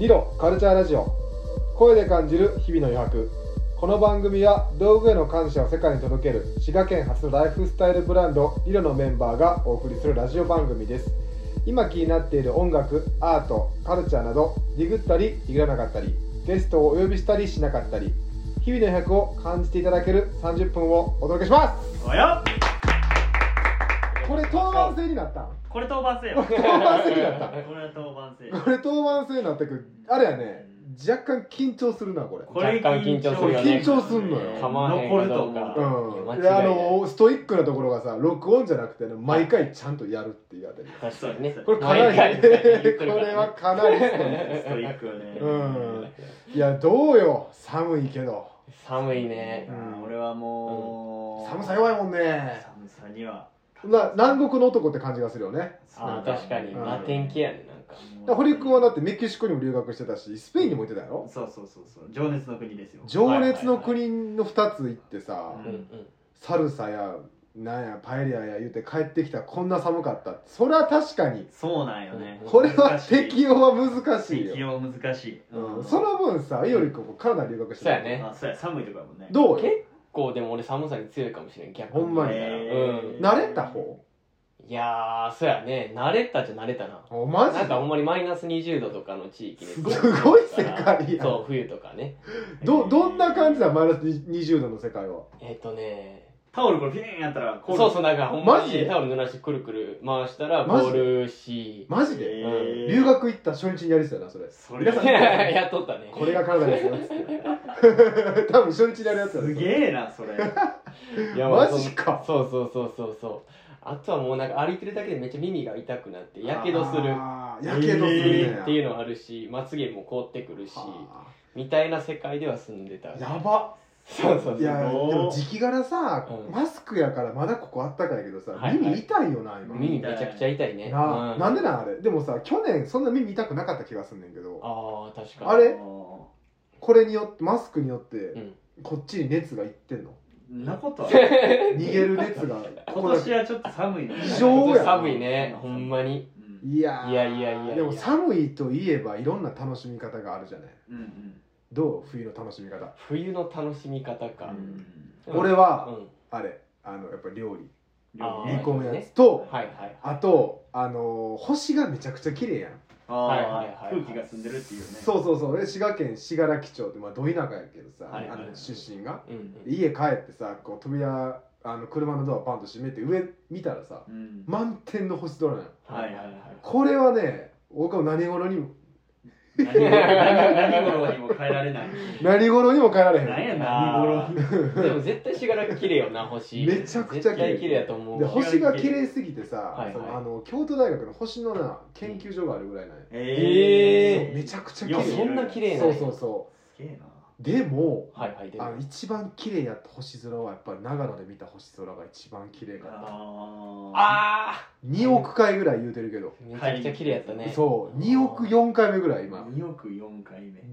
リロカルチャーラジオ、声で感じる日々の余白。この番組は道具への感謝を世界に届ける滋賀県初のライフスタイルブランドリロのメンバーがお送りするラジオ番組です。今気になっている音楽、アート、カルチャーなどディグったりディグらなかったり、ゲストをお呼びしたりしなかったり、日々の余白を感じていただける30分をお届けします。 おやこれ当番制になったん？ これ当番制よ。 当番制になったん？ これは当番制。 これ当番制になったけど、あれやね、若干緊張するなこれ。 若干緊張するよね。 緊張すんのよ。 残ると思う。 でストイックなところがさ、録音じゃなくて、毎回ちゃんとやるっていうあたり。 確かにね。 これかなりこれはかなりストイックよね。 いやどうよ、寒いけど。 寒いね。 俺はもう寒さ弱いもんね。 寒さには南国の男って感じがするよね。 あ、確かにラテン系やね。なんか堀君はだってメキシコにも留学してたし、スペインにも行ってたやろ。 そう情熱の国ですよ。 情熱の国の2つ行ってさ、サルサやなんやパエリアや言うて帰ってきたらこんな寒かった。それは確かにそうなんよね。 これは適応は難しいよ。 適応難しい。 その分さ、いおり君もカナダ留学してた。 そうやね。 そうや、寒いとこやもんね。 どうよ。 結構でも俺寒さに強いかもしれん。逆にほんまに。慣れた方？ いやー、そうやね。慣れたっちゃ慣れたな。 マジ？ なんかほんまにマイナス20度とかの地域ですごい世界やん。 そう、冬とかね。 どんな感じだ、マイナス20度の世界は。 タオルこれピーンやったらそうそう、なんかほんまにタオル濡らしてくるくる回したら凍るし。 マジで？留学行った初日にやりそうやな、それ。 皆さんやっとったね。 これがカナダですよっつって多分初日にやるやつや。 すげえなそれ。 いやマジか。 そう。あとはもうなんか歩いてるだけでめっちゃ耳が痛くなってやけどするっていうのはあるし、まつげも凍ってくるしみたいな世界では住んでた。 やば。 そういやでも時期柄さ、マスクやからまだここあったかいけどさ、耳痛いよな今。 耳めちゃくちゃ痛いね。 なんでなんあれ。でもさ、去年そんな耳痛くなかった気がすんねんけど。 ああ、確かに。 あれこれによってマスクによってこっちに熱がいってんの？ なことは逃げる熱が。 今年はちょっと寒いの。 異常や。 寒いね、ほんまに。 いやでも寒いといえばいろんな楽しみ方があるじゃない。どう？冬の楽しみ方。 冬の楽しみ方か。 俺はあれやっぱ料理煮込むやつと、あと星がめちゃくちゃ綺麗やん。 空気が澄んでるっていうね。 そう滋賀県信楽町ってど田舎やけどさ、出身が家帰ってさ、こう扉車のドアパンと閉めて上見たらさ、満天の星空やん。これはね、僕は何頃にも何頃にも変えられない。 何頃にも変えられへん。 何や何頃に。 でも絶対信楽綺麗よな、星。 めちゃくちゃ綺麗やと思う。 で星が綺麗すぎてさ、京都大学の星のな研究所があるぐらいなんや。めちゃくちゃ綺麗。 そんな綺麗な。 そう。でも一番綺麗やった星空はやっぱり長野で見た星空が一番綺麗かった。2億回ぐらい言うてるけど、 めちゃくちゃ綺麗やったね。 そう、2億4回目ぐらい今。 2億4回目。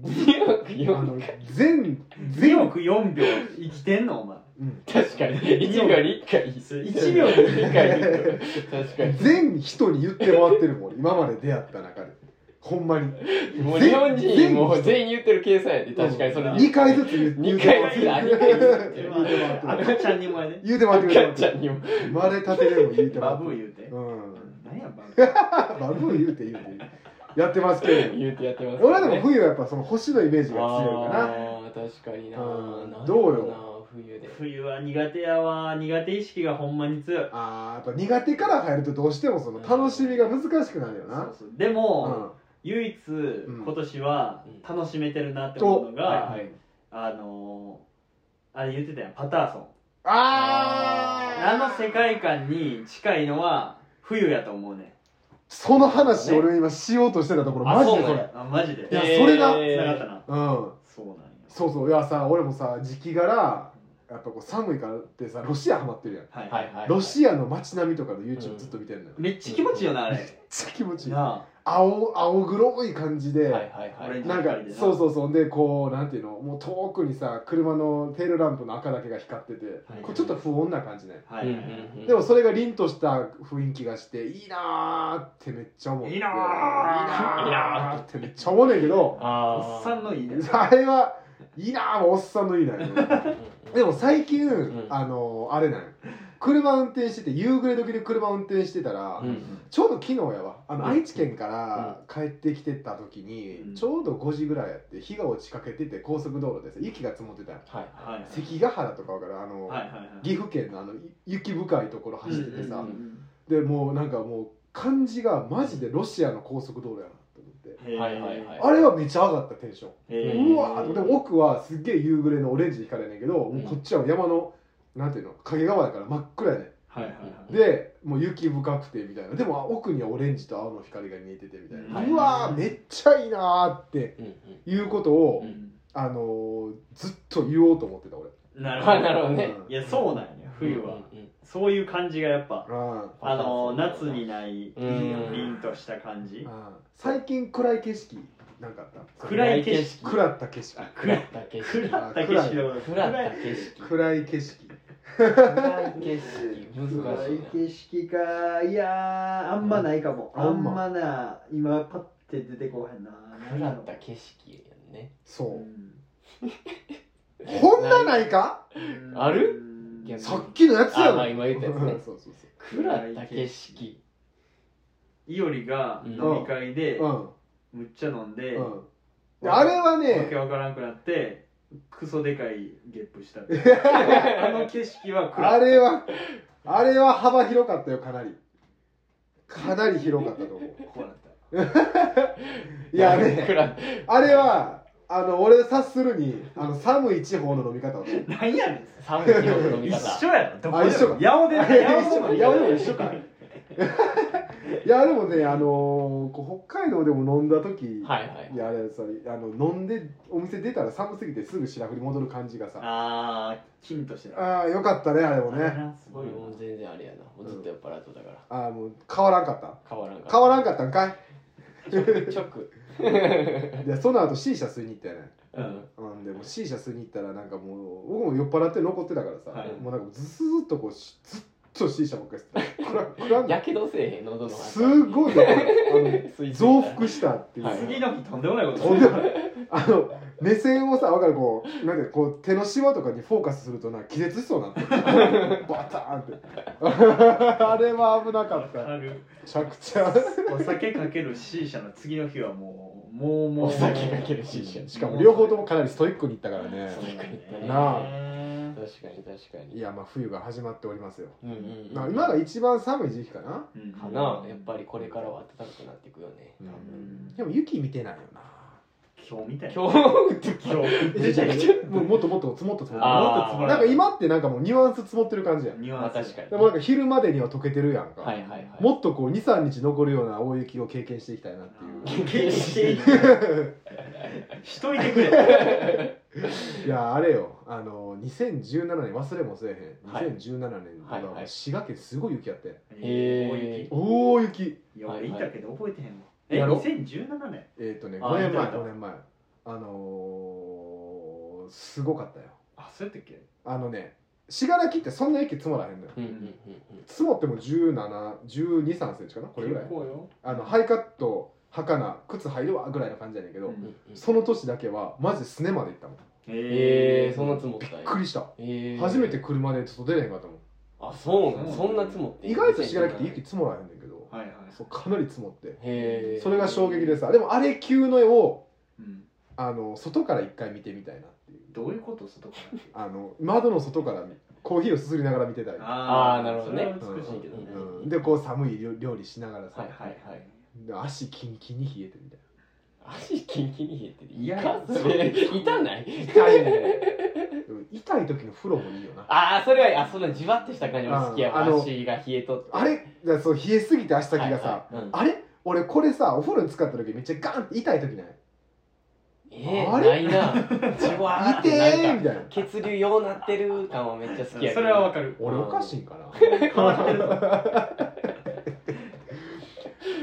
全億4秒生きてんのお前。 確かに1秒に1回 1秒に1 回確かに全人に言って回ってるもん、今まで出会った中で。ほんまにもう日本人もう全員言ってる計算やで。確かにそれ 2回ずつ言って赤ちゃんにもやね。 言うて回ってくれる。 赤ちゃんにも生まれたてでも言うてバブー言うて。 何やバブー言うてやってますけど。 言うてやってます。 俺はでも冬はやっぱその星のイメージが強いかな。 確かにな。 どうよ。 冬は苦手やわ。苦手意識がほんまに強い。 やっぱ苦手から入るとどうしてもその楽しみが難しくなるよな。 でも唯一今年は楽しめてるなって思うのが、あれ言ってたやん、パターソン。あの世界観に近いのは冬やと思うね。 その話俺今しようとしてたところマジでそれ。 マジで。 いやそれが繋がったな。 そうなんや。そういやさ、俺もさ時期柄やっぱこう寒いからってさ、ロシアハマってるやん。ロシアの街並みとかの YouTube ずっと見てるのよ。 めっちゃ気持ちいいよなあれ。めっちゃ気持ちいい。 青黒い感じで、 はいはいはいなんかそうでこうなんていうのもう遠くにさ車のテールランプの赤だけが光ってて、こうちょっと不穏な感じね、でもそれが凛とした雰囲気がしていいなーってめっちゃ思って、いいなーってめっちゃ思うねんけど、 おっさんのいいね、 あれはいいなーもおっさんのいいなよねでも最近、あれなんよ、車運転してて夕暮れ時で車運転してたら、ちょうど昨日やわ愛知県から帰ってきてた時に、ちょうど5時ぐらいやって日が落ちかけてて高速道路でさ雪が積もってたよ、関ヶ原とか分かる岐阜県の雪深いところ走っててさ、でもうなんかもう感じがマジでロシアの高速道路やなと思って、あれはめっちゃ上がったテンション、うわーでも奥はすっげえ夕暮れのオレンジ光やねんけど、もうこっちは山のなんていうの影川やから真っ暗やねん、でもう雪深くてみたいな、でも奥にはオレンジと青の光が見えててみたいな、うわーめっちゃいいなーっていうことを、ずっと言おうと思ってた俺。 なるほどね。 いやそうなんや冬は、そういう感じがやっぱ夏にない凛とした感じ。 最近暗い景色なんかあった？ 暗い景色、 暗った景色、 暗った景色、 暗った景色、 暗い景色、 暗い景色難しいな。 暗い景色か、いやあんまないかも。あんまな、今パッて出てこへんな。 暗った景色やんね。 そう。こんなないか？ ある？ さっきのやつやろ。 今言ったやつね。暗った景色。 いおりが飲み会でむっちゃ飲んで、 あれはね、 わけわからんくなってクソでかいゲップしたってあの景色は暗い。 あれは幅広かったよ、かなり広かったと思う。 こうなった。 いやね、あれは俺察するに寒い地方の飲み方をして。 なんやねん。 寒い地方の飲み方。 一緒やろ。どこでも。 八尾でも一緒か。いやでもね北海道でも飲んだ時、いやあれさ飲んでお店出たら寒すぎてすぐ白振り戻る感じがさ、 キンとしてよかったねあれもね。 すごいもう全然あれやな。もうずっと酔っ払っとったから。 もう変わらんかった。 変わらんかったんかい。 直。 いやその後 C 社吸いに行ったよね。でも C 社吸いに行ったらなんかもう僕も酔っ払って残ってたからさ、もうなんかずっとこうずっと C 社ばっかり吸って。 やけどせえへん喉の。 すごい増幅したっていう。 次の日とんでもないこと。 目線をさ分かるこうなんかこう手のシワとかにフォーカスするとな気絶しそうになってバターンってあれは危なかった。めちゃくちゃお酒かける C 社の次の日はもうお酒かける C 社、 しかも両方ともかなりストイックにいったからね。なあ確かに。 いや冬が始まっておりますよ。今が一番寒い時期かな。 やっぱりこれからは暖かくなっていくよね。 でも雪見てないよな。 今日みたいな。 今日もっと積もってなんか今ってなんかもうニュアンス積もってる感じやん。 確かに。 でもなんか昼までには溶けてるやんか。 はいはいはい。 もっとこう 2,3 日残るような大雪を経験していきたいなっていう。 経験していきたい。しといてくれ。 いやあれよ2017年忘れもせえへん。2017年は滋賀県すごい雪やって。大雪。 いや俺いたけど覚えてへんわ。2017年 5年前すごかったよ。 そうやったっけ。 信楽ってそんな雪積もらへんのよ。積もっても1213センチかな、これぐらい。ハイカット袴靴入るわぐらいの感じやねんけど、その年だけはマジですねまで行ったもん。 そんな積もった。 びっくりした。初めて車で外出れへんかったもん。 そうなの。そんな積もって。 意外と信楽って雪積もらへんねんけど、かなり積もって、それが衝撃でさ。でもあれ級の絵を外から一回見てみたいなっていう。 どういうこと？外から窓の外からコーヒーをすすりながら見てたり。 なるほどね。 美しいけどね。 でこう寒い料理しながらさ、 で足キンキンに冷えてみたいな。足キンキンに冷えてる。いやそれ痛ない？ 痛いね。痛い時の風呂もいいよな。 それはそんなじわってした感じも好きやわ。足が冷えとって。 あれそう冷えすぎて足先がさ、あれ俺これさお風呂に使った時めっちゃガンって痛い時ない？ ないな。じわーってなんか血流ようなってる感はめっちゃ好きやけど。 それはわかる。 俺おかしいんかな。 変わってると。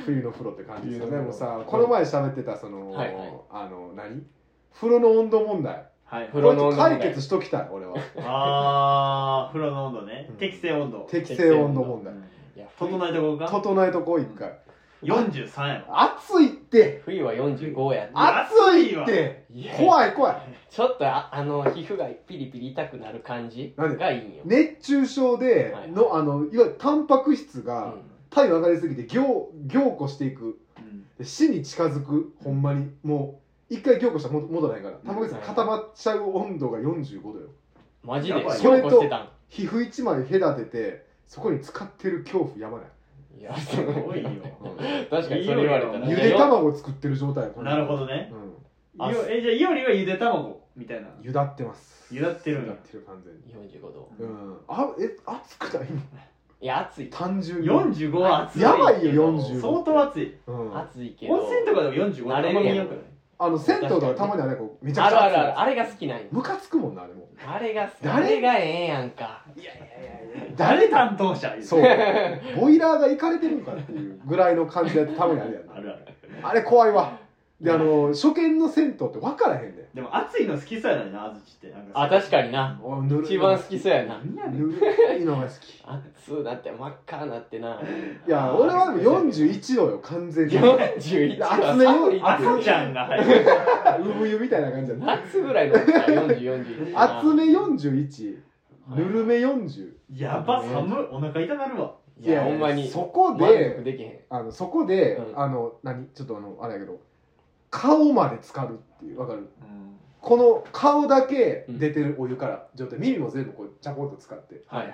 冬の風呂って感じですよ。 冬のでもさ、この前喋ってたその、 はいはい何風呂の温度問題、 はいこれ解決しときたい俺は。 風呂の温度ね、適正温度問題、 いや整えとこうか。 整えとこう一回。 43やろ。 暑いって、 冬は45やって暑いって、怖い怖い。 ちょっと皮膚がピリピリ痛くなる感じがいいんよ。 熱中症での、いわゆるタンパク質が体温上がりすぎて凝固していく、死に近づく。ほんまにもう一回凝固したら戻らないから、タンパク質が固まっちゃう温度が45度よ。 マジでそれと皮膚一枚隔ててそこに使ってる恐怖やばない。 いやすごいよ。 確かにそれ言われたらゆで卵作ってる状態。 なるほどね。じゃあイオリはゆで卵みたいな。 ゆだってます。 ゆだってる完全に。 45度。 暑くないの？ いや暑い。 単純に 45は暑い。 やばいよ45。 相当暑い。 暑いけど。 温泉とかでも45 慣れるやん。 銭湯とかたまにあれこうめちゃくちゃ暑い。 あれが好きなんよ。 ムカつくもんなあれも。 あれがええやんか。 いや誰担当者？ そう。ボイラーがいかれてるんかっていうぐらいの感じでたまにあるやん。 あるある。 あれ怖いわ。で初見の銭湯って分からへんねん。 でも暑いの好きそうやのにな、あずちって。 確かにな。一番好きそうやな。 ぬるいのが好き。 熱なって真っ赤なってな。 いや俺はでも41度よ完全に。 41度。 厚めよ。 あずちゃんが入る。 産湯みたいな感じだね。 夏ぐらいの40。 厚め41、ぬるめ40。 やば寒い。お腹痛なるわ。 いやほんまに。 そこでそこでちょっとあれやけど。顔まで浸かるっていう、わかる？この顔だけ出てるお湯から状態、耳も全部こうちゃこっと使って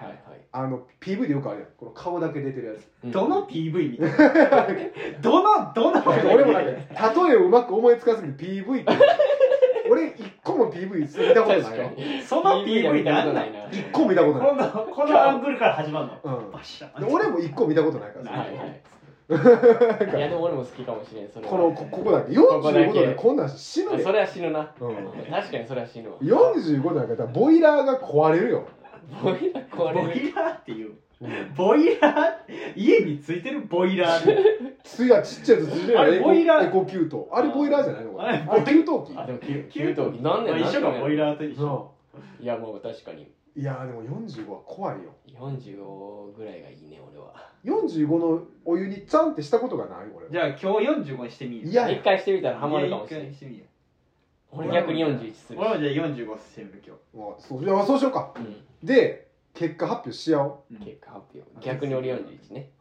、PV でよくあるやん、この顔だけ出てるやつ。 どの PV みたいな。どの俺もなんか例えをうまく思いつかずに PV って俺一個も PV 見たことないよ。 その PV なんないな。 一個見たことない。 このアングルから始まるの。 俺も一個見たことないから。 いやでも俺も好きかもしれん。それここだけ45度でこんなん死ぬで。 それは死ぬな。確かにそれは死ぬわ。 45度だからボイラーが壊れるよ。 ボイラー壊れる。 ボイラーっていう。ボイラー家についてるボイラーで。 ちっちゃいやつついてるボイラー。 エコ給湯。あれボイラーじゃないのかな。あれ給湯器。 でも給湯器なんで一緒かボイラーと一緒。 いやもう確かに。 いやでも45は怖いよ。 45ぐらいがいいね俺は。 45のお湯にちゃんってしたことがない俺。 じゃあ今日45にしてみる。 いや一回してみたらハマるかもしれない。俺逆に41する。 俺もじゃあ45してみる今日。そうしようか。で結果発表しよう。結果発表。逆に俺41ね。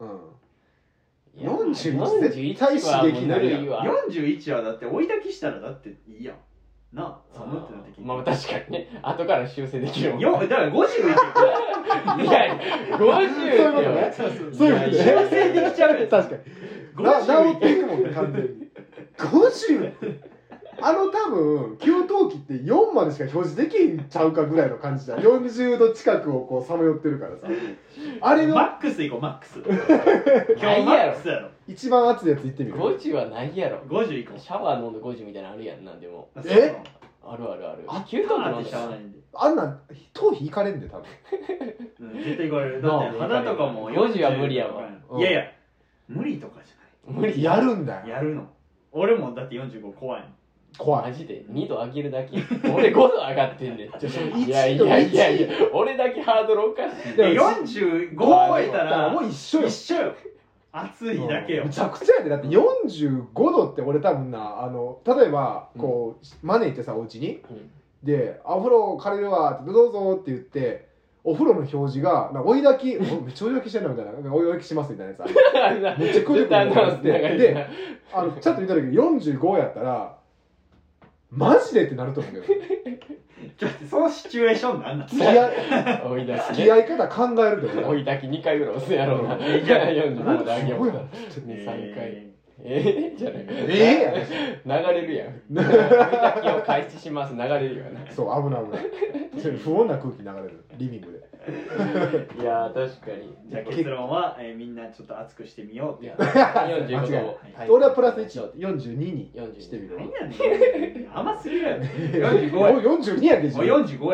41絶対刺激ないやん。 41はだって追い炊きしたらだっていいやん。なあ、寒ってなってまあ確かにね、後から修正できるもん。 だから50っていや、50ってそういうことね。 修正できちゃうよ。 確かに。治っていくもんね、完全に。50！多分、給湯器って4までしか表示できんちゃうかぐらいの感じだ。40度近くをこうさまよってるからさ。あれのマックスいこう、マックス。今日マックスやろ。 一番熱いやついってみる。 50はないやろ。 50いこう。 シャワー飲んで50みたいなのあるやんなんでも。 ある給湯器飲んでシャワーないんで。 あんなん頭皮いかれんで多分。 絶対いかれる。だって肌とかも 50は無理やわ。 いやいや、無理とかじゃない。 無理やるんだよ。 やるの。俺もだって45怖い。 怖い。 マジで2度上げるだけ。俺5度上がってんねん。いや俺だけハードルおかしい。 45超えたらもう一緒よ。暑いだけよ。 むちゃくちゃやで。だって45度って俺多分な、例えばこう招いてさお家にでお風呂借りるわってどうぞって言ってお風呂の表示が追い炊きめっちゃ追い炊きしてんのみたいな追い炊きしますみたいなやつめっちゃくるくるってでちゃんと見た時45やったらマジでってなると思うけど。 ちょっとそのシチュエーションなんなん？ 付き合い方考えるで追い炊き2回ぐらい押すやろうな。じゃあ45であげようか。2、3回。じゃない。流れるやん。追い炊きを開始します流れるよな。 そう危ない。不穏な空気流れるリビングで。 いや確かに。 じゃあ結論はみんなちょっと熱くしてみようって。 45度。 俺はプラス1、42にしてみる。 何やねん。甘すぎるやろ。45や。 42やでしょ。 45や。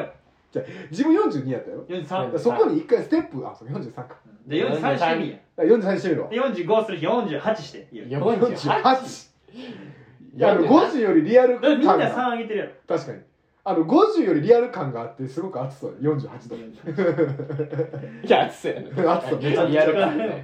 じゃ自分42やったよ。 43。 そこに一回ステップ、あ、そう43か。 で43してみや。 43にしてみろ。 で45する日48して。 48。50よりリアル感が。 みんな3上げてるやろ。 確かに。50よりリアル感があってすごく熱そう。48度。 いや熱そうやね。 熱そう。めちゃくちゃリアル感ね。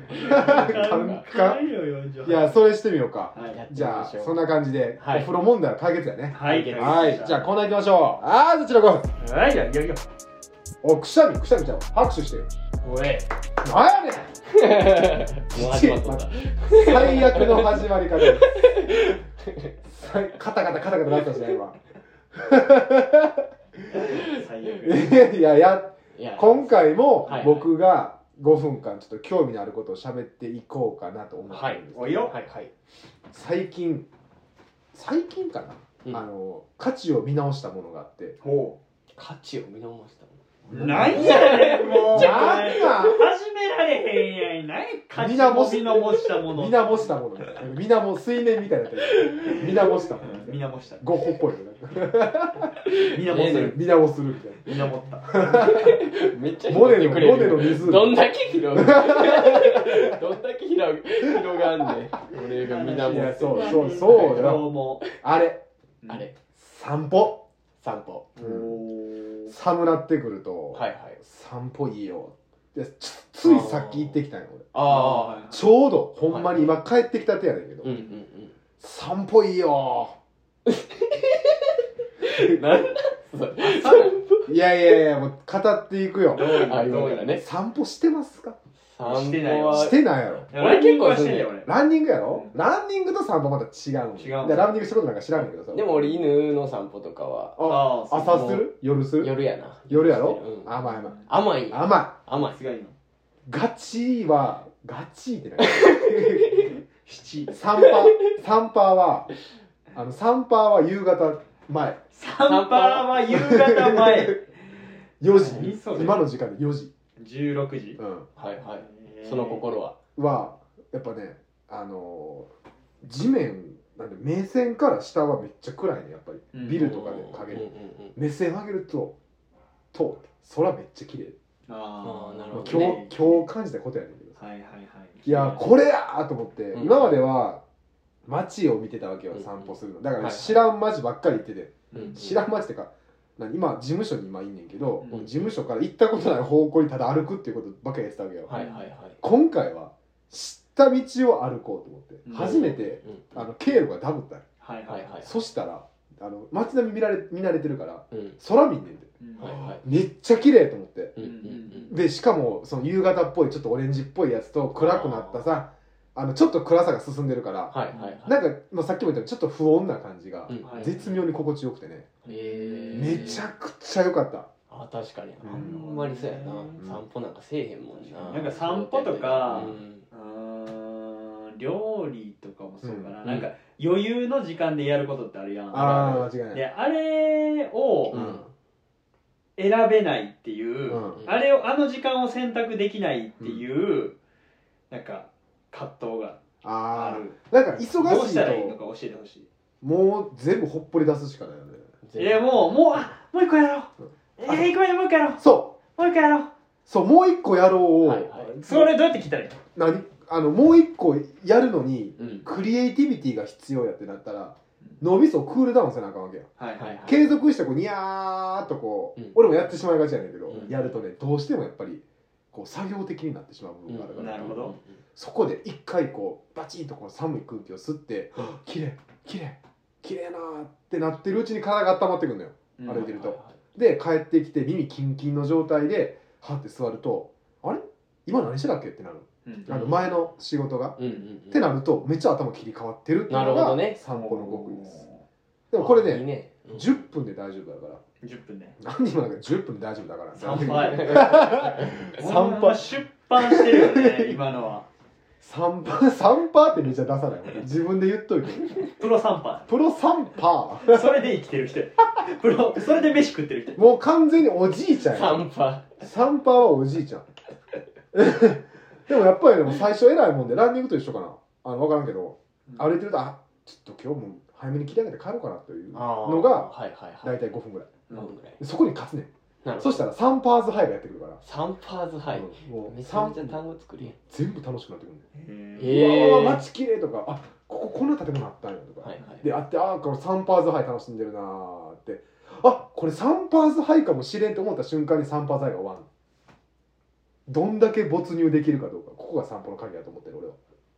いや、それしてみようか。 はいじゃあそんな感じでおはい風呂問題は解決やね。 はい。 はい。じゃあコーナー行きましょう。あーどちら5分。 はい、じゃあ、いよいよ。 お、くしゃみちゃう。拍手してよ。 おい。 なんやねん。 もう始まった。 最悪の始まり方です。カタカタなったしね今。 最悪。 いや今回もはい僕が5分間ちょっと興味のあることを喋っていこうかなと思ってるんですけど、 おいよ。 はいはい。 最近かな、価値を見直したものがあって。 ほ価値を見直したう。なんやねん、もう。 なんなん始められへんやん。何価値を見直したもの。 水面水面みたいなやつ。水面したもの。 見直した。 ゴッホっぽいよね。 見直する。 見直するみたい見直った。 めっちゃな。モネの湖。 どんだけ広がんねん。俺が見直す。 いやそうよ。あれ散歩。寒なってくると、 はいはい。 散歩いいよ。でついさっき行ってきたんよ俺。ちょうどほんまに今帰ってきたてやねんけど、散歩いいよ。いやもう語っていくよ。散歩してますか？ してないよ。 してないやろ。 俺結構してんだよ俺。 ランニングやろ。ランニングと散歩また違う。ランニングしたことなんか知らんけどさ。 でも俺犬の散歩とかは朝する？夜する？ 夜やな。 夜やろ？甘い。ガチって何？サンパーは夕方前。4時。今の時間で4時。 16時。 はいはい。その心はやっぱね、地面なんで目線から下はめっちゃ暗いねやっぱり。ビルとかで影で目線上げると空めっちゃ綺麗。なるほど。今日感じたことやねんけど。いやこれやと思って、今までは街を見てたわけよ、散歩するの。だから知らん街ばっかり行ってて、知らん街ってか今事務所に今いんねんけど、事務所から行ったことない方向にただ歩くっていうことばっかりやってたわけよ。今回は知った道を歩こうと思って、初めて経路がダブったよ。そしたら街並み見慣れてるから空見んねんで、めっちゃ綺麗と思って、でしかもその夕方っぽいちょっとオレンジっぽいやつと暗くなったさ、ちょっと暗さが進んでるから、なんかさっきも言ったようにちょっと不穏な感じが絶妙に心地よくてね、めちゃくちゃ良かった。 確かにあんまりそうやな、散歩なんかせえへんもんな。 なんか散歩とか料理とかもそうかな、なんか余裕の時間でやることってあるやん。 間違いない。 であれを選べないっていう、あの時間を選択できないっていう、なんか葛藤がある。 なんか忙しいとどうしたらいいのか教えてほしい。 もう全部ほっぽり出すしかないよね。 もう一個やろう。もう一個やろう。もう一個やろうを。それどうやって聞いたらいいの？もう一個やるのにクリエイティビティが必要やってなったら脳みそをクールダウンせなあかんわけよ。継続してニヤーっと俺もやってしまいがちやねんけど、やるとねどうしてもやっぱり作業的になってしまう部分があるから、 なるほど。 そこで一回バチンと寒い空気を吸って綺麗なーってなってるうちに体が温まってくるのよ、歩いてると。で帰ってきて耳キンキンの状態ではって座ると、あれ今何してたっけってなる。前の仕事がってなるとめっちゃ頭切り替わってるっていうのが散歩の極意です。でもこれね10分で大丈夫だから。 10分で何今なんか10分で大丈夫だから散歩出版してるよね今のは。散歩ってめっちゃ出さない。自分で言っといて。 プロ散歩。それで生きてる人。それで飯食ってる人。 もう完全におじいちゃんや。散歩はおじいちゃん。でもやっぱり最初偉いもんでランニングと一緒かな。分からんけど歩いてるとちょっと今日も早めに切り上げて帰ろうかなというのが大体5分ぐらい。そこに勝つねん。 そしたらサンパーズハイがやってくるからサンパーズハイ、 もうめちゃめちゃ単語作りやん。 全部楽しくなってくるんで、 へうわ街綺麗とか、あこんな建物あったんやとか、 はいはい、 であってこのサンパーズハイ楽しんでるなーって、これサンパーズハイかもしれんと思った瞬間にサンパーズハイが終わる。どんだけ没入できるかどうか、ここが散歩の鍵だと思ってる俺は。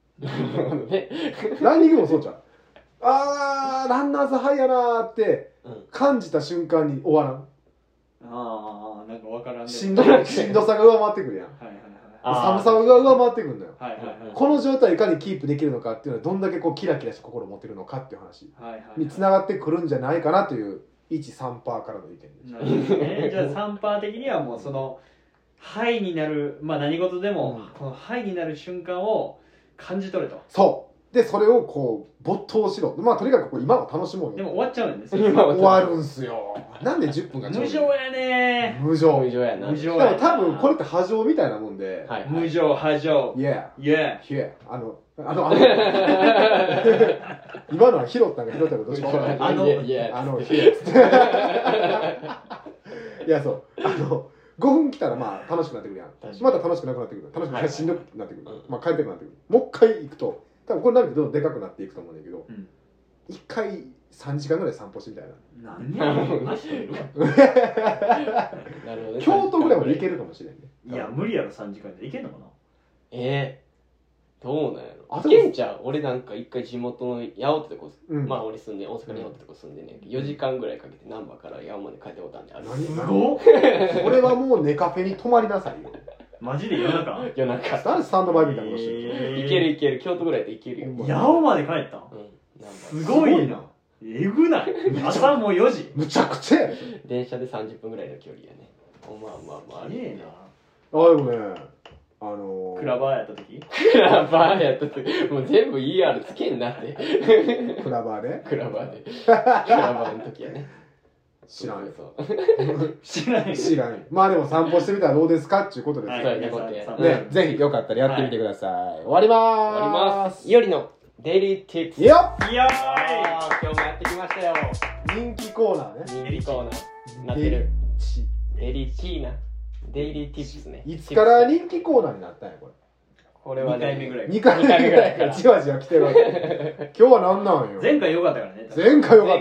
ランニングもそうじゃん。ランナーズハイやなーって感じた瞬間に終わらん。 なんか分からんでしんどさが上回ってくるやん。寒さが上回ってくるんだよ。この状態いかにキープできるのかっていうのは、どんだけこうキラキラした心を持ってるのかっていう話につながってくるんじゃないかなという一3%からの意見です。 なるほどね。じゃあ3%的にはもうそのハイになる、何事でもこのハイになる瞬間を感じ取れと。 そうで、それをこう没頭しろ。とにかくこう今を楽しもうよ。 でも終わっちゃうんですよ。 終わるんすよ。なんで10分が無情やね。 無情やな。 でも多分これって波状みたいなもんで、 無情波状。 Yeah Yeah Yeah 今のは拾ったんか拾ったかどっちか分からない。いや、そう5分来たら楽しくなってくるやん。また楽しくなくなってくる。楽しくなしんどくなってくる。帰りたくなってくる。もう一回行くと多分これなるとどんどんでかくなっていくと思うんだけど、1回3時間ぐらい散歩してみたいな。 何やろなしてるわ。 京都ぐらいまで行けるかもしれんね。 いや無理やろ、3時間で行けんのかな。 どうなんやろ。行けんちゃう。俺なんか一回地元の八尾ってとこ、俺住んで大阪の八尾ってとこ住んでね、4時間ぐらいかけて難波から八尾まで帰ってことあんねん。 すごっ。俺はもうネカフェに泊まりなさいよ。 マジで夜中スタンドバイみたいなことしてる。 いける京都ぐらいで行けるよ。 八尾まで帰ったん。すごいな。えぐない。朝もう4時。 むちゃくちゃやで。 電車で30分ぐらいの距離やね。 ありえな。 でもね、 クラバーやった時もう全部 ER つけんなって。 クラバーでクラバーの時やね。 知らん。 知らん。 でも散歩してみたらどうですかっていうことですね。ぜひよかったらやってみてください。終わります。 いおりのデイリーティップス。 いや今日もやってきましたよ。 人気コーナーね。 人気コーナーなってる。デイリーティーな。デイリーティップスね。 いつから人気コーナーになったんやこれ。 これは2回目ぐらい。 2回目ぐらいからじわじわ来てるわけ。今日は何なんよ。 前回良かったからね。 前回良かった。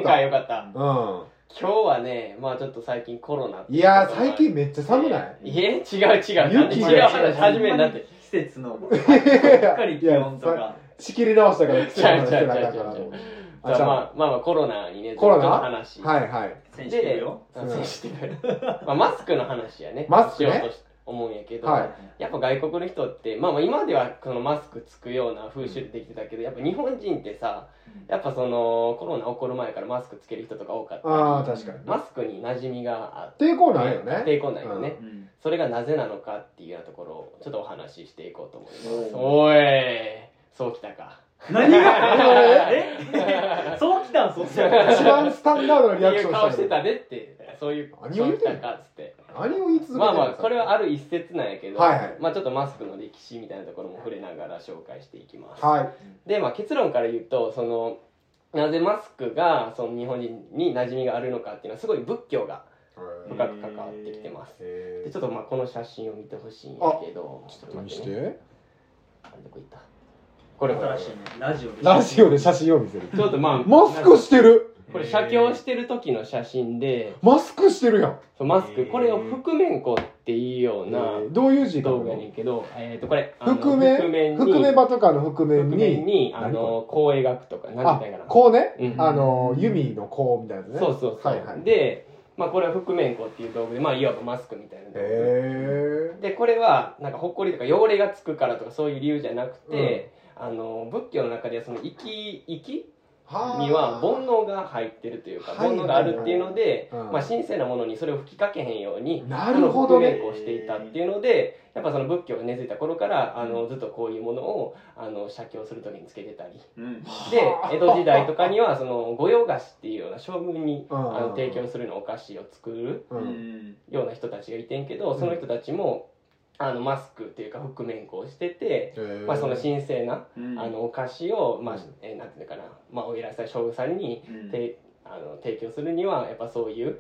今日はね、ちょっと最近コロナ。 いや最近めっちゃ寒ない？ 違う。なんで違う話始めになって。 季節のしっかり気温とか。 仕切り直したから季節の話してなかったから。 コロナにね、 コロナの話。 センシティブよ。 マスクの話やね。 マスクね。 思うんやけど、やっぱ外国の人って、今ではこのマスクつくような風習できてたけど、やっぱ日本人ってさ、やっぱそのコロナ起こる前からマスクつける人とか多かったり、 確かにマスクに馴染みがあって抵抗ないよね。 それがなぜなのかっていうようなところをちょっとお話ししていこうと思います。おい、そうきたか。 何がそうきたん？ 一番スタンダードなリアクション顔してたでって、そういうそうきたかっつって。 何を言い続けてるの？ これはある一説なんやけど、ちょっとマスクの歴史みたいなところも触れながら紹介していきます。で、結論から言うと、なぜマスクがその日本人に馴染みがあるのかっていうのはすごい仏教が深く関わってきてます。でちょっとこの写真を見てほしいんやけど、 ちょっと見して。 どこ行った？これ新しいね。 ラジオで写真を見せる。 ちょっとマスクしてる。 これ写経してる時の写真で、 マスクしてるやん。 マスク、これを覆面孔っていうようなどういう字道具やねんけど、これ覆面場とかの覆面にこう描くとか、なんて言ったらいいかな、 こうね、弓のこうみたいなね。 そうで、これは覆面孔っていう道具で、いわばマスクみたいな道具で、これはなんかほっこりとか汚れがつくからとかそういう理由じゃなくて、仏教の中ではその息には煩悩が入ってるというか、煩悩があるっていうので、神聖なものにそれを吹きかけへんように覆面孔をしていたっていうので、やっぱその仏教が根付いた頃からずっとこういうものを写経する時につけてたり、で江戸時代とかにはその御用菓子っていうような将軍に提供するようなお菓子を作るような人たちがいてんけど、その人たちもマスクっていうか覆面孔をしてて、その神聖なお菓子をなんていうのかな、お偉いさん将軍さんに提供するにはやっぱそういう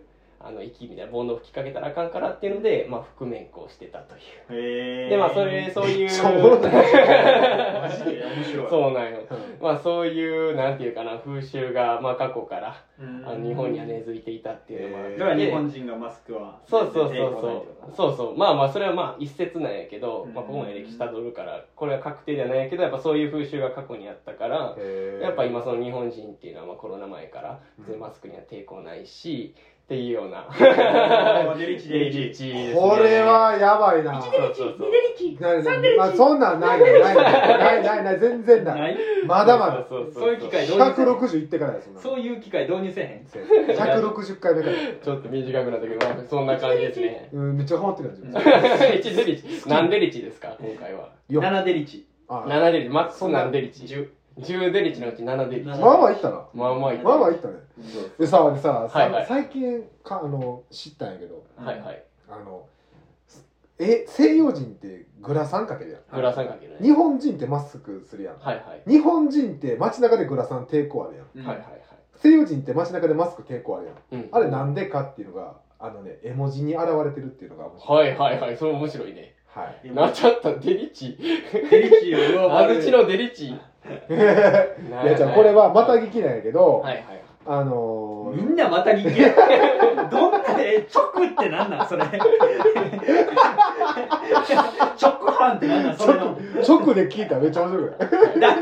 息みたいなボンドを吹きかけたらあかんからっていうので、まあ、覆面子をしてたという。 へえ。 でまあそういうマジで面白い。 そうなんよ、まあそういうなんていうかな風習が、まあ、過去から日本には根付いていたっていうのもあって、 だから日本人がマスクはそうまあまあそれはまあ一説なんやけど、まあ、ここまで歴史たどるからこれは確定ではないけど、やっぱそういう風習が過去にあったから、やっぱ今その日本人っていうのはまあコロナ前からマスクには抵抗ないしっていうようなデリチデリチですね。 これはやばいな。 1デリチ2デリチ3デリチ。 そんなんない全然ない。まだまだ。 そういう機会導入 160いってからやそんな。 そういう機会導入せへん。 160回目から。 ちょっと短くなったけど、まあ、そんな感じですね。 めっちゃハマってるんですよ。 1デリチ何デリチですか今回は。 7デリチ。 7デリチマックス何デリチ10デリチのうち7デリチ。 まあまあいったな。 まあまあいったね。でさ、最近知ったんやけど、 はいはい。 西洋人ってグラサンかけるやん。 グラサンかけるね。 日本人ってマスクするやん。 はいはい。 日本人って街中でグラサン抵抗あるやん。 はいはいはい。 西洋人って街中でマスク抵抗あるやん。 うん。 あれなんでかっていうのが絵文字に現れてるっていうのが面白い。 はいはいはい。それ面白いね。 はい。 なっちゃったデリチ。 デリチを安土のデリチ。 いやじゃあこれはまた聞きなんやけど、 はいはい。 みんなまた聞け。どんな直ってなんなんそれ。直犯ってなんなんそれの。 直で聞いたらめっちゃ面白くない？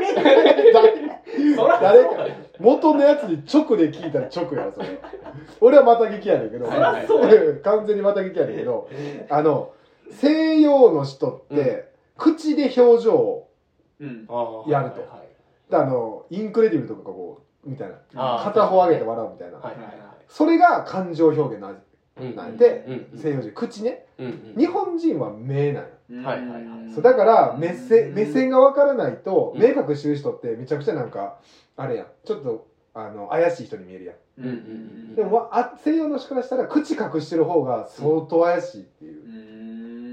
誰か元のやつに直で聞いたら直やろそれ。俺はまた聞きやねんけど、完全にまた聞きやねんけど、西洋の人って口で表情をやると。インクレディブルとかこうみたいな、片方上げて笑うみたいな、それが感情表現なんで、西洋人口ね、日本人は目なんや。だから目線が分からないと、目隠してる人ってめちゃくちゃなんかあれやん、ちょっと怪しい人に見えるやん。でも西洋の人からしたら口隠してる方が相当怪しいっていう、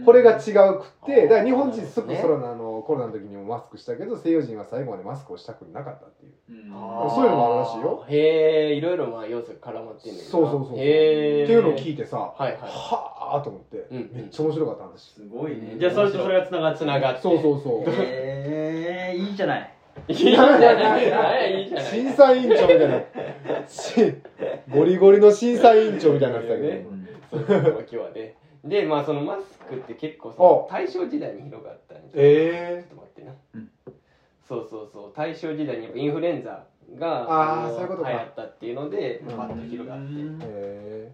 これが違うくって、だから日本人すぐコロナの時にもマスクしたけど、西洋人は最後までマスクをしたくなかったっていう、そういうのもあるらしいよ。 へえ、いろいろまあ要素が絡まってんねん。 そうへえ。 っていうのを聞いてさ、はぁと思って、めっちゃ面白かった話。 すごいね。じゃあそれとそれがつながって。 そういいじゃない。 いいじゃない。 審査委員長みたいな、ゴリゴリの審査委員長みたいになってたけど、 そう今日はね。でまあそのマスクって結構その大正時代に広がったんですよ。ちょっと待ってな。そう大正時代にやっぱインフルエンザが流行ったっていうのでバッと広がって、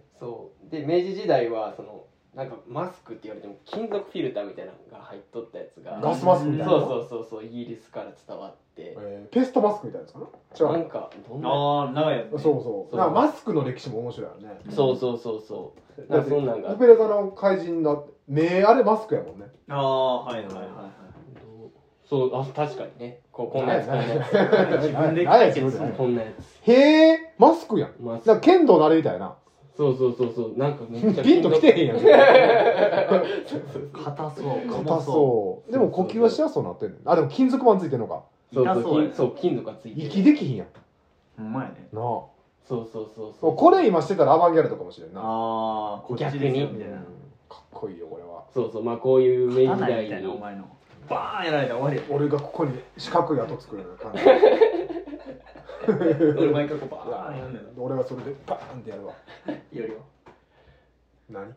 そうで明治時代はそのなんかマスクって言われても金属フィルターみたいなのが入っとったやつがガスマスクみたいな、 そうイギリスから伝わって、 ペストマスクみたいなやつかな。 なんかどんな長いやつ。 そうマスクの歴史も面白いよね。 そうだってそんなんがオペラ座の怪人の目あれマスクやもんね。 はいそう確かにね、こんなやつ自分で解決するこんなやつ。 へえ、マスクやん。なんか剣道のあれみたいな。 そうなんかめっちゃピンときてへんやん。 硬そう。でも呼吸はしやすそうなってんねん。でも金属板ついてんのか。 そう金属がついてる。 息できひんやん。 ほんまやね。 なあ。 そうこれ今してたらアバンギャルドかもしれんな。 逆にかっこいいよこれは。 そうまあこういう明治時代にお前のバーンやられたら終わりや。 俺がここに四角い跡作るような感じ。俺毎回こうバーンやんねん。 俺はそれでバーンってやるわ。 いいよ。 何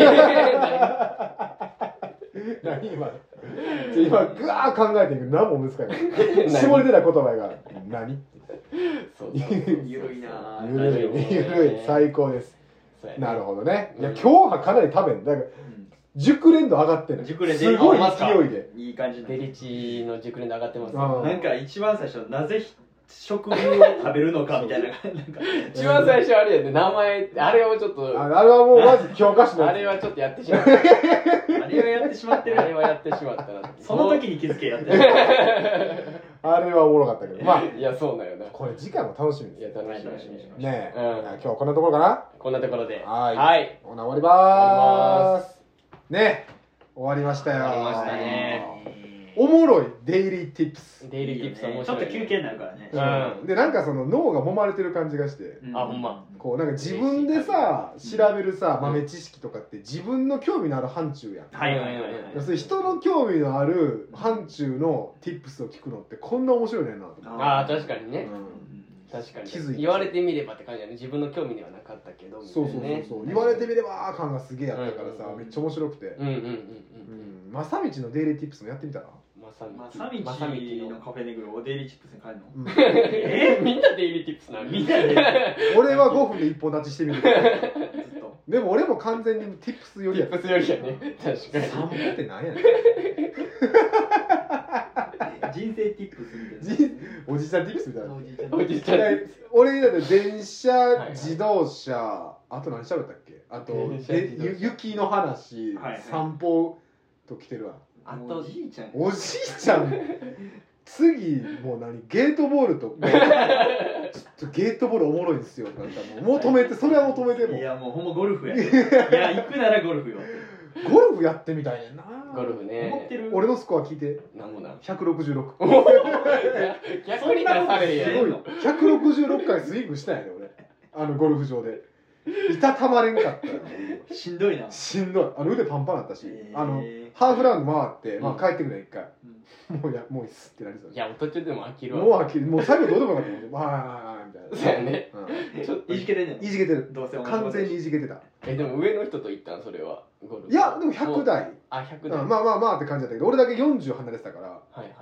今グワー考えていく何も難しい。絞り出た言葉が何？ ゆるいな。 ゆるい最高です。なるほどね。いや今日はかなり食べんだから。熟練度上がってる。すごい勢いで。 いい感じ。 デリチの熟練度上がってます。 なんか一番最初なぜ食品を食べるのかみたいな。 一番最初あれやで名前あれをちょっとあれはもうマジ教科書のあれはちょっとやってしまった。 あれはやってしまってる。 あれはやってしまったな。 その時に気づけやって。 あれはおもろかったけど、まあいやそうだよな。 これ次回も楽しみです。 いや楽しみねえ。今日はこんなところかな。 こんなところで。 はい。終わりまーす。ね、終わりましたよ。 終わりましたね。 おもろいデイリーティップス。 デイリーティップスは面ちょ白い、 っと休憩になるからね。 でなんかその脳が揉まれてる感じがして、 あほんまこうなんか自分でさ調べるさ豆知識とかって自分の興味のある範疇やん。 はいはいはいはい。 要するに人の興味のある範疇のティップスを聞くのってこんな面白いねんなと思って。 ああ確かにね、 うん確かに気づいた言われてみればって感じだね。自分の興味ではなかったけどみたそいうなね。 そうそうそう、言われてみれば感がすげえやったからさ、 うんめっちゃ面白くて、 うんうんうんうんうん、まさみちのデイリーティップスもやってみたら、 まさみまさみちのカフェネグロをデイリーチップスに変えるの？ うんみんなデイリーティップスなの。 みんなで俺は5分で一本立ちしてみるずっと。 でも俺も完全にティップスよりやったティップスよりやね。確かに。 散歩って何やねん人生ティップスみたいじおじちゃんティップスみたいな。 な。おじいちゃんおじちゃん。 俺だって電車、 はい自動車、あと何喋ったっけ、あと電車で自動車雪の話、 はいはい散歩と来てるわ。 あとおじいちゃん。 おじいちゃん次もう何ゲートボールとちょっとゲートボールおもろいんですよとか言ったらもう止めて、それはもう止めてもいやもうほんまゴルフや。いや行くならゴルフよ。 ゴルフやってみたいねんな。 ゴルフね。 思ってる。 俺のスコア聞いてなんもな。 166 逆に出されへんやん。 すごいよ166回スイングしたんやね俺、あのゴルフ場でいたたまれんかったよしんどいな。 しんどい、腕パンパンだったし、 へーハーフラウンド回って、まあ、 うん帰ってくるね一回、もういいっすってなりそういや、途中でも飽きるわ。 もう飽きる、もう最後どうでもよかったもんね、はいみたいな。 そうやね。 うんちょっといじけてんねん。 いじけてる、 どうせお前完全にいじけてた。 でも上の人と行ったんそれはゴルフ。 いやでも100台、 あ、100 うん台。 まあまあまあって感じだったけど、俺だけ40離れてたからはいはい。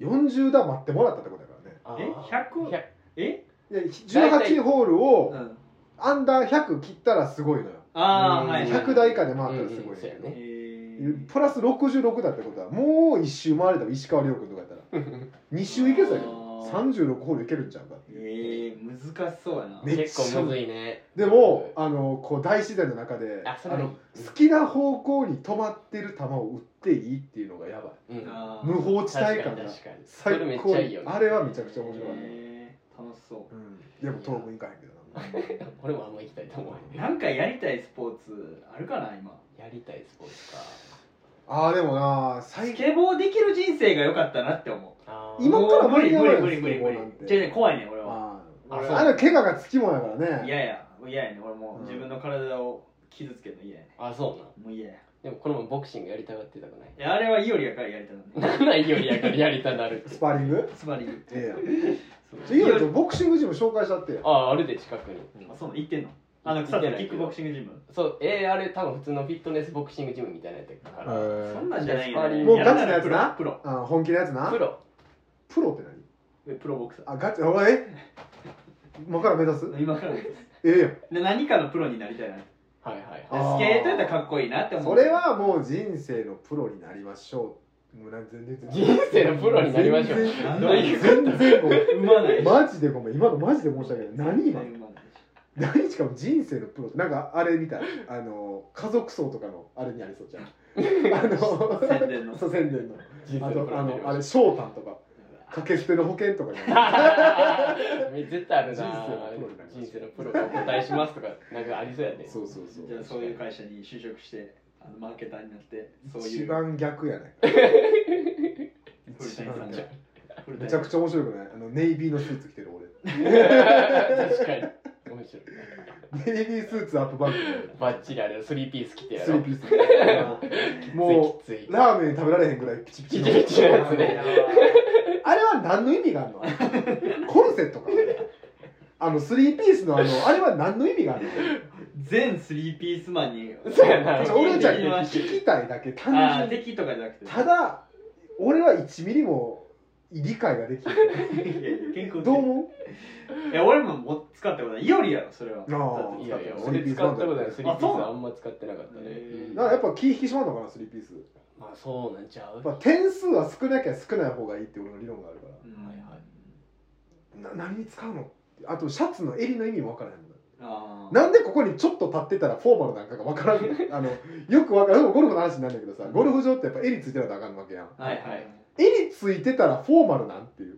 40打待ってもらったってことだからね。 え100 100 え？ いや18ホールをうん。 アンダー100切ったらすごいのよ。 ああはい。 100台以下で回ったらすごいんだけど、 うんうんそうやねプラス66だってことはもう1周回れたら石川遼君とかやったら2周いけそうやけど36ホールいけるんちゃうかっていう。 難しそうやな。 めっちゃ結構むずいね。 でもこう大自然の中であそれいい好きな方向に止まってる球を打っていいっていうのがやばい。 うん。 あー無法地帯感が確かにそ最れめっ高ちゃいいよね。 あれはめちゃくちゃ面白い、 楽しそう。 でも東北行かへんけどな俺もあんま行きたいと思う。 なんかやりたいスポーツあるかな今。 やりたいスポーツか。 あーでもなスケボーできる人生が良かったなって思う。 あー今から無理無理無無理無理無理。違う違う怖いねん俺は。俺あの怪我がつきもんやからね。 嫌やねん俺もう自分の体を傷つけるの嫌やねあ、そうなん。 ん。もう嫌や。 でもこの前ボクシングやりたがってたくない。 いやあれはイオリやからやりたのね。 なんなんよりやからやりたなるって。 スパーリングつまり。 ええやん。 そういいよ、ボクシングジム紹介しちゃってよ。 あ、あるで近くに。 あそう行ってんの？草津キックボクシングジム。 そう、あれ多分普通のフィットネスボクシングジムみたいなやつだから。 そんなんじゃないよね。 もうガチなやつなプロ。 あ本気のやつな。 プロ。 プロってプロボクサ何？あガチおい。今から目指す？ ー。今からです。 ええやん。 で何かのプロになりたいな。 はいはいあースケートやったらかっこいいなって思う。 それはもう人生のプロになりましょう。もう全然人生のプロになりましょう。 全然どういう全然ごめん。 生まない。 マジでごめん。今のマジで申し訳ない。何今？ 生まない。 何しかも人生のプロってなんかあれみたい。家族葬とかのあれにありそうじゃん。 宣伝の。 そう宣伝の。 人あと生のプロになりましょうあれ翔太とか掛け捨ての保険とかにあ絶対あるな。 人生のプロになりましょう人生のプロがお答えしますとかなんかありそうやねる。。そうそうそう。 じゃあそういう会社に就職してマーケターになってそういう一番逆やね。 フルタイムさんじゃん。フルタイムめちゃくちゃ面白くない？ネイビーのスーツ着てる俺。 確かに。面白い。 ネイビースーツアップバックバッチリあれ、スリーピース着てやスろ。 リーピース。もきついうラーメン食べられへんぐらいピチピチの。 ピチピチのやつね。 あれは何の意味があるの？コルセットか。スリーピースのあれは何の意味があるの？ 全スリーピースマンにそうやな。 俺じゃ聞きました聞きたいだけ単純に。 敵とかじゃなくてただ俺は1ミリも理解ができない。 健康どう思いや俺も使ったことないイオリやろそれはああいやいや、 スリーピース俺使ったことない。スリーピースあそうあんま使ってなかったね。 へーう？だからやっぱ気引き締まるのかなスリーピース。 まあそうなんちゃう。 やっぱ点数は少なきゃ少ない方がいいって俺の理論があるから。 はいはい何に使うの？あとシャツの襟の意味もわからないもん。 あなんでここにちょっと立ってたらフォーマルなんかがわからんよくわからん。でもゴルフの話になるんだけどさ、ゴルフ場ってやっぱ襟ついてたらあかんわけやん。 はいはい襟ついてたらフォーマルなんっていう。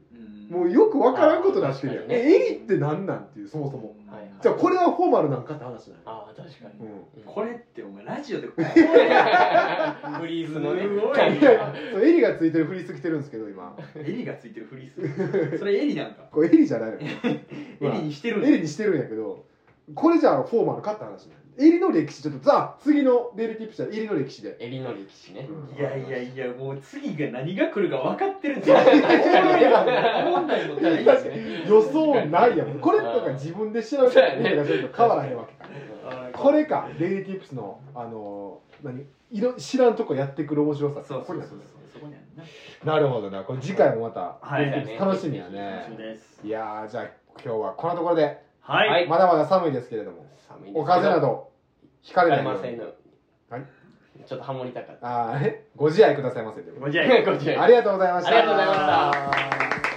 もうよくわからんことになってるよ、 確かにね襟ってなんなんっていうそもそも、 はいはいじゃあこれはフォーマルなんかって話じゃない。 ああ確かに、 これってお前ラジオでこフリースのねすごいそう襟がついてるフリース着てるんですけど今襟がついてるフリースそれ襟なんかこれ襟じゃないの襟にしてるんだ襟にしてるんやけど、これじゃあフォーマルかって話ね。襟の歴史ちょっと次のデイリーティップしたら襟の歴史で。 襟の歴史ね、 いやいやいやもう次が何が来るか分かってるっておもろいやんおもんないのじゃない確かに予想ないやん。これとか自分で調べてみるかちょっと変わらへんわけか。これかデイリーティップスの知らんとこやってくる面白さ。 そうこれなんですねそこにあるななるほどな。これ次回もまたはいデイリーティップス楽しみやね楽しみ。ですいやーじゃあ今日はこんなところではいまだまだ寒いですけれども、 寒いですけどお風邪などひかれないようにませんのはいちょっとハモりたかったご自愛くださいませということでご自愛ご自愛ありがとうございました。 ありがとうございました。